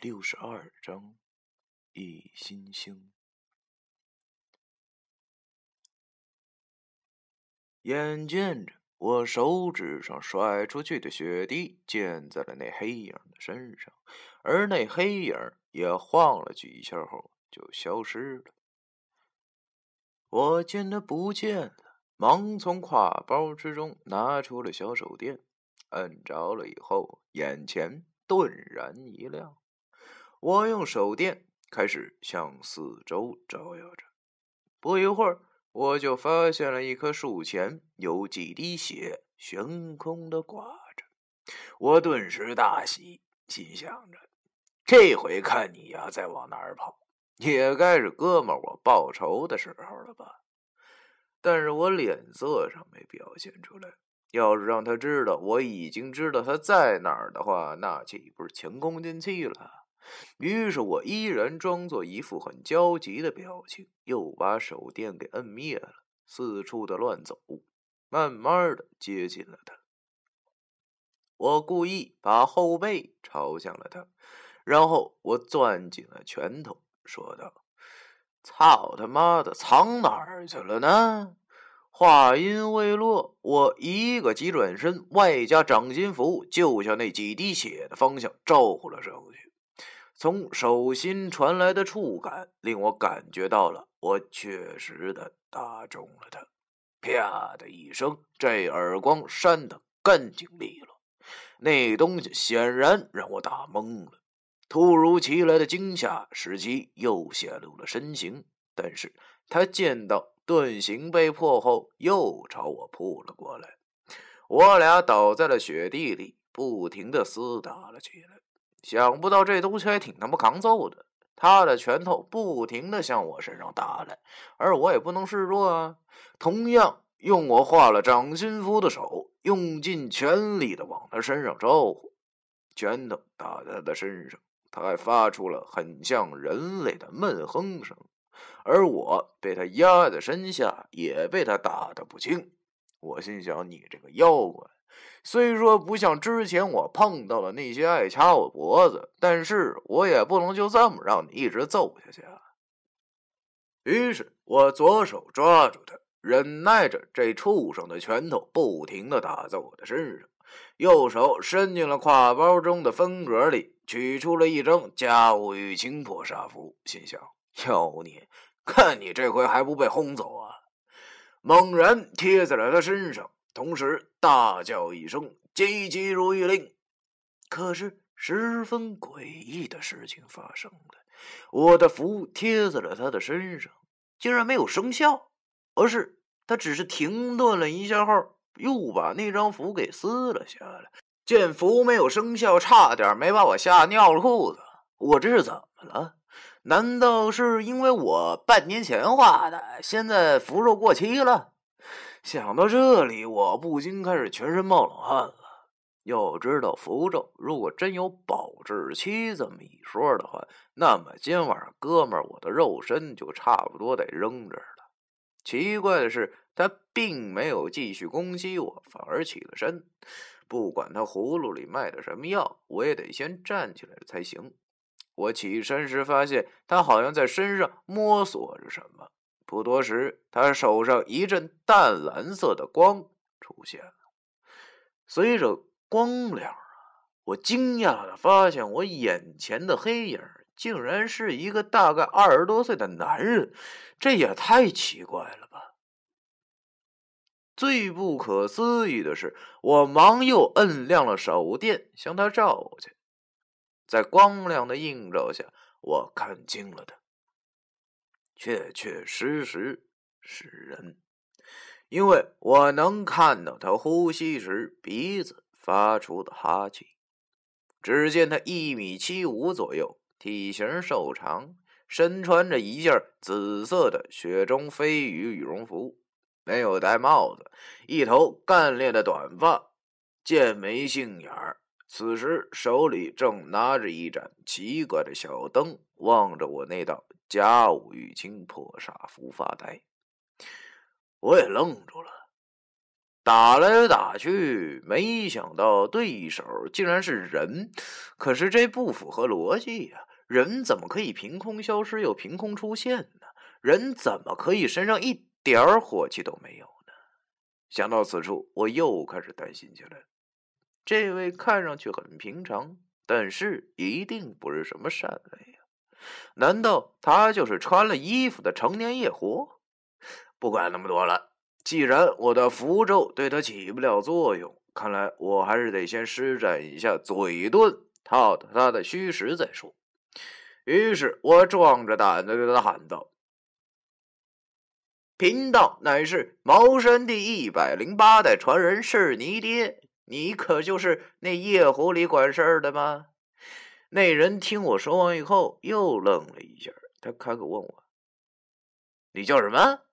62章一心星。眼见着我手指上甩出去的血滴溅在了那黑影的身上，而那黑影也晃了几下后就消失了。我见他不见了，忙从挎包之中拿出了小手电，摁着了以后，眼前顿然一亮。我用手电开始向四周照耀着，不一会儿，我就发现了一棵树前有几滴血悬空的挂着。我顿时大喜，心想着这回看你呀再往哪儿跑，也该是哥们我报仇的时候了吧。但是我脸色上没表现出来，要是让他知道我已经知道他在哪儿的话，那岂不是前功尽弃了。于是我依然装作一副很焦急的表情，又把手电给摁灭了，四处的乱走，慢慢的接近了他。我故意把后背朝向了他，然后我攥紧了拳头，说道：操他妈的，藏哪儿去了呢？话音未落，我一个急转身，外加掌心符，就向那几滴血的方向招呼了上去。从手心传来的触感令我感觉到了，我确实的打中了他。啪的一声，这耳光扇得干净利落，那东西显然让我打懵了。突如其来的惊吓使其又显露了身形，但是他见到盾形被破后，又朝我扑了过来。我俩倒在了雪地里，不停的厮打了起来。想不到这东西还挺他妈抗揍的，他的拳头不停的向我身上打来，而我也不能示弱啊。同样用我画了掌心符的手，用尽全力的往他身上招呼，拳头打在他的身上，他还发出了很像人类的闷哼声，而我被他压在身下，也被他打得不轻。我心想，你这个妖怪，虽说不像之前我碰到的那些爱掐我脖子，但是我也不能就这么让你一直揍下去啊。于是我左手抓住他，忍耐着这畜生的拳头不停地打在我的身上，右手伸进了挎包中的分格里，取出了一张家务玉清破煞符，心想：妖孽，看你这回还不被轰走啊！猛然贴在了他身上，同时大叫一声，急急如律令。可是十分诡异的事情发生了，我的符贴在了他的身上，竟然没有生效，而是他只是停顿了一下后，又把那张符给撕了下来。见符没有生效，差点没把我吓尿了裤子。我这是怎么了？难道是因为我半年前画的，现在符咒过期了？想到这里，我不禁开始全身冒冷汗了。要知道符咒如果真有保质期这么一说的话，那么今晚上哥们儿我的肉身就差不多得扔这儿了。奇怪的是，他并没有继续攻击我，反而起了身。不管他葫芦里卖的什么药，我也得先站起来才行。我起身时发现他好像在身上摸索着什么，不多时，他手上一阵淡蓝色的光出现了。随着光亮我惊讶地发现我眼前的黑影竟然是一个大概20多岁的男人，这也太奇怪了吧！最不可思议的是，我忙又摁亮了手电向他照过去。在光亮的映照下，我看清了他，确确实实是人，因为我能看到他呼吸时鼻子发出的哈气。只见他1.75米左右，体型瘦长，身穿着一件紫色的雪中飞羽羽绒服，没有戴帽子，一头干练的短发，剑眉杏眼儿。此时手里正拿着一盏奇怪的小灯，望着我那道家务玉清破煞符发呆。我也愣住了， 打来打去，没想到对手竟然是人，可是这不符合逻辑呀！人怎么可以凭空消失又凭空出现呢？人怎么可以身上一点火气都没有呢？想到此处，我又开始担心起来。这位看上去很平常，但是一定不是什么善类呀！难道他就是穿了衣服的成年夜壶？不管那么多了。既然我的符咒对他起不了作用，看来我还是得先施展一下嘴遁，套他的虚实再说。于是我壮着胆子对他喊道：“贫道乃是茅山第108代传人是你爹，你可就是那夜壶里管事儿的吗？”那人听我说完以后又愣了一下，他开口问我：“你叫什么？”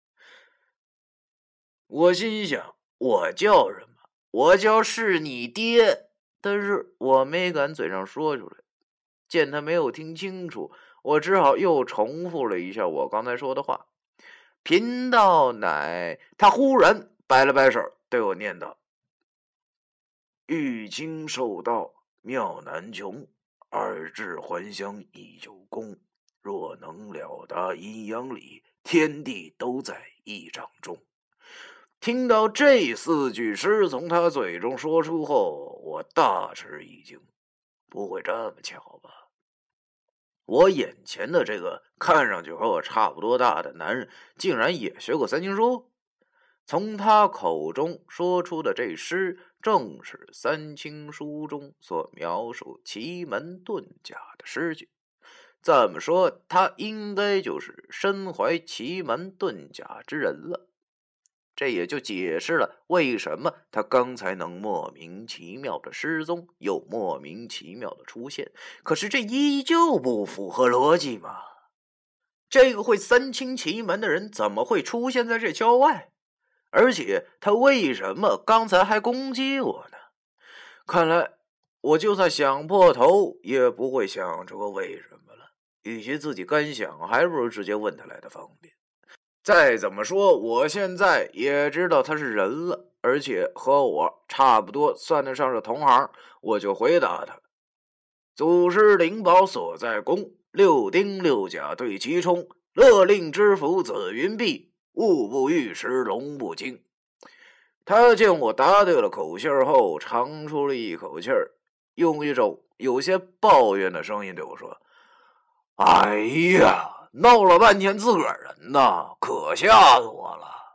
我心想，我叫什么？我叫是你爹，但是我没敢嘴上说出来。见他没有听清楚，我只好又重复了一下我刚才说的话。贫道乃……他忽然摆了摆手，对我念道：“欲清受道，妙难穷，二至还乡已有功。若能了达阴阳理，天地都在一掌中。”听到这4句诗从他嘴中说出后，我大吃一惊。不会这么巧吧？我眼前的这个看上去和我差不多大的男人，竟然也学过三经书？从他口中说出的这诗，正是三清书中所描述奇门遁甲的诗句。这么说，他应该就是身怀奇门遁甲之人了。这也就解释了为什么他刚才能莫名其妙的失踪，又莫名其妙的出现。可是这依旧不符合逻辑嘛？这个会三清奇门的人怎么会出现在这郊外？而且他为什么刚才还攻击我呢？看来我就算想破头也不会想出个为什么了。与其自己干想，还不如直接问他来的方便。再怎么说，我现在也知道他是人了，而且和我差不多算得上是同行，我就回答他：“祖师灵宝所在宫，六丁六甲对齐冲，勒令知府紫云碧，物不遇时龙不惊。”他见我答对了口信后，长出了一口气儿，用一种有些抱怨的声音对我说：“哎呀！”闹了半天自个儿人呐，可吓死我了。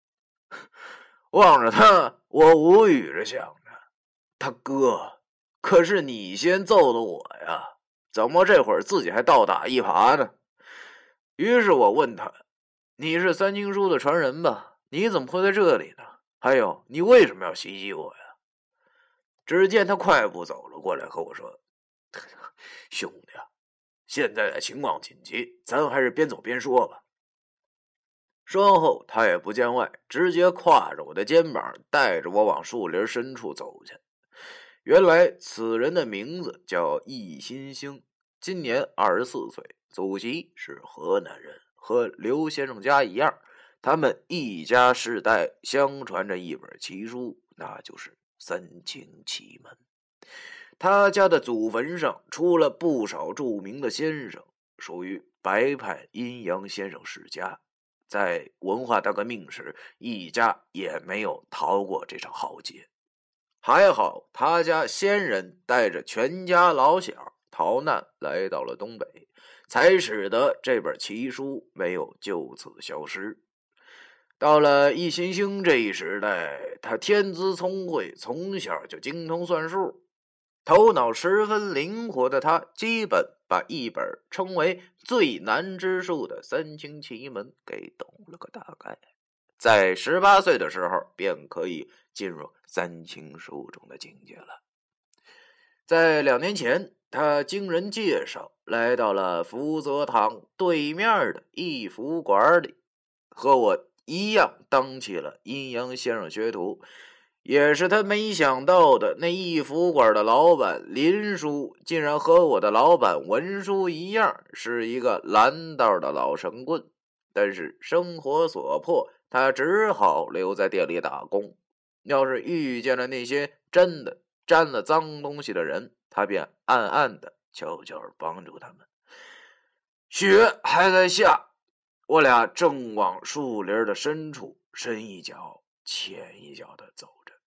望着他，我无语着想着，他哥，可是你先揍的我呀，怎么这会儿自己还倒打一耙呢？于是我问他：“你是三经书的传人吧？你怎么会在这里呢？还有，你为什么要袭击我呀？”只见他快步走了过来，和我说：“兄弟啊，现在的情况紧急，咱还是边走边说吧。”说后他也不见外，直接挎着我的肩膀，带着我往树林深处走去。原来此人的名字叫易新星，今年24岁，祖籍是河南人，和刘先生家一样，他们一家世代相传着一本奇书，那就是三清奇门。他家的祖坟上出了不少著名的先生，属于白派阴阳先生世家。在文化大革命时，一家也没有逃过这场浩劫。还好他家先人带着全家老小逃难来到了东北，才使得这本奇书没有就此消失。到了易新星这一时代，他天资聪慧，从小就精通算术，头脑十分灵活的他，基本把一本称为最难之术的三清奇门给懂了个大概。在18岁的时候，便可以进入三清书中的境界了。在2年前，他经人介绍，来到了福泽堂对面的一福馆里，和我一样当起了阴阳先生学徒。也是他没想到的，那一福馆的老板林叔竟然和我的老板文叔一样，是一个蓝道的老神棍。但是生活所迫， 他只好留在店里打工。要是遇见了那些真的沾了脏东西的人，他便暗暗的悄悄帮助他们。雪还在下，我俩正往树林的深处深一脚浅一脚的走着。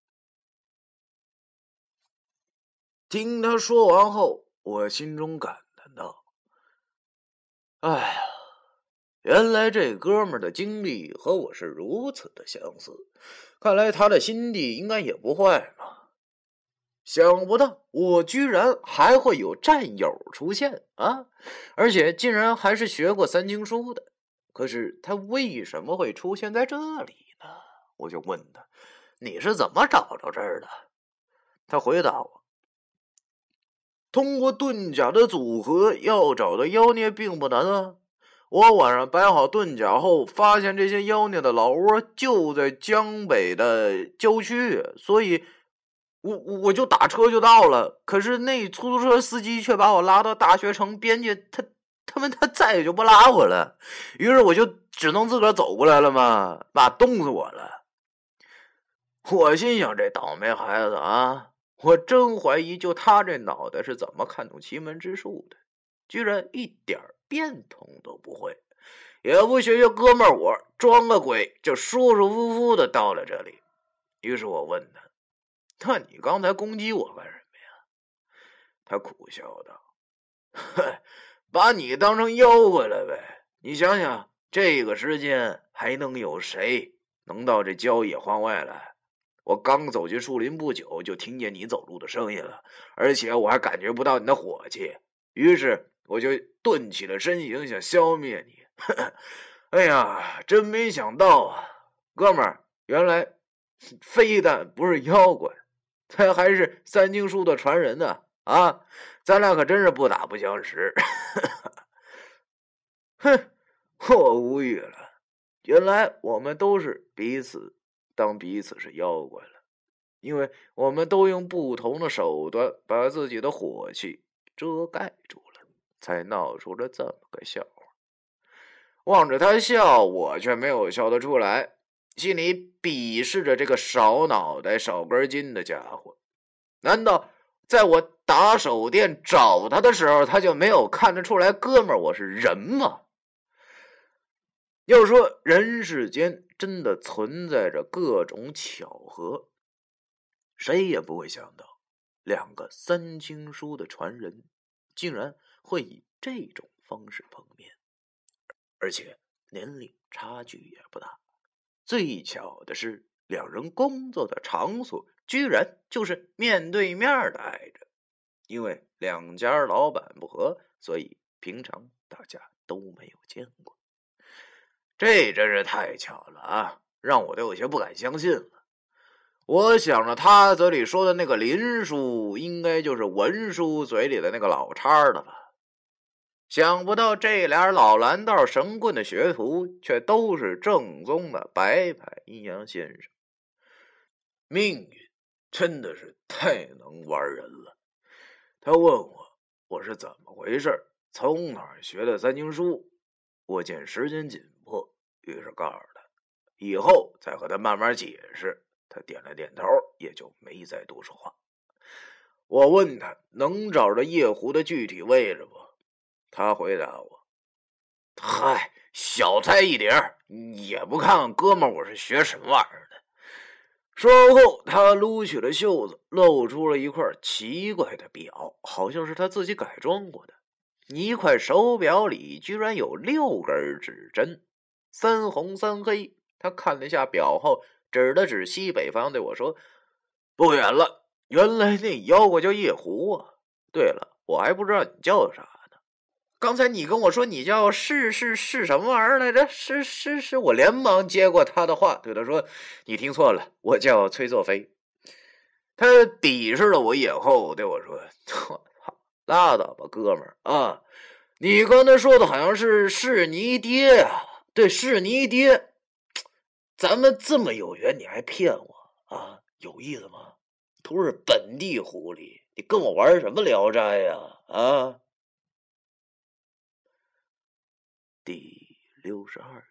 听他说完后，我心中感叹道：哎呀，原来这哥们儿的经历和我是如此的相似，看来他的心地应该也不坏嘛。想不到我居然还会有战友出现啊！而且竟然还是学过三经书的。可是他为什么会出现在这里呢？我就问他：你是怎么找到这儿的？他回答我：通过遁甲的组合，要找到妖孽并不难啊。我晚上摆好遁甲后，发现这些妖孽的老窝就在江北的郊区，所以我就打车就到了。可是那出租车司机却把我拉到大学城边界，他再也就不拉我了。于是我就只能自个儿走过来了嘛，冻死我了。我心想，这倒霉孩子啊，我真怀疑就他这脑袋是怎么看懂奇门之术的，居然一点变通都不会，也不学学哥们儿我装个鬼就舒舒服服的到了这里。于是我问他：那你刚才攻击我干什么呀？他苦笑道：把你当成妖怪了呗。你想想，这个时间还能有谁能到这郊野荒外来？我刚走进树林不久，就听见你走路的声音了，而且我还感觉不到你的火气，于是我就顿起了身形，想消灭你。哎呀，真没想到啊，哥们儿，原来非但不是妖怪，他还是三经书的传人呢！啊，咱俩可真是不打不相识。哼，我无语了。原来我们都是彼此当彼此是妖怪了，因为我们都用不同的手段把自己的火气遮盖住了，才闹出了这么个笑话。望着他笑，我却没有笑得出来，心里鄙视着这个少脑袋少根筋的家伙。难道在我打手电找他的时候，他就没有看得出来哥们儿我是人吗？要说人世间真的存在着各种巧合，谁也不会想到两个三经书的传人竟然会以这种方式碰面，而且年龄差距也不大。最巧的是，两人工作的场所居然就是面对面的挨着。因为两家老板不和，所以平常大家都没有见过。这真是太巧了啊，让我都有些不敢相信了。我想着他嘴里说的那个林叔，应该就是文叔嘴里的那个老叉了吧。想不到这俩老蓝道神棍的学徒，却都是正宗的白牌阴阳先生。命运真的是太能玩人了。他问我是怎么回事，从哪儿学的三经书。我见时间紧迫，于是告诉他，以后再和他慢慢解释。他点了点头，也就没再多说话。我问他能找着夜壶的具体位置不？他回答我：嗨，小菜一碟，也不看看哥们儿我是学什么玩意儿的。说完后，他撸起了袖子，露出了一块奇怪的表，好像是他自己改装过的。一块手表里居然有6根指针，3红3黑。他看了一下表后，指了指西北方，对我说：不远了，原来那妖怪叫夜壶啊。对了，我还不知道你叫啥呢。刚才你跟我说你叫是什么玩意儿来着？是，我连忙接过他的话，对他说：你听错了，我叫崔作飞。他鄙视了我以后，对我说：拉倒吧，哥们儿啊！你刚才说的好像是你爹啊，对，是你爹。咱们这么有缘，你还骗我啊？有意思吗？都是本地狐狸，你跟我玩什么聊斋呀？啊！第62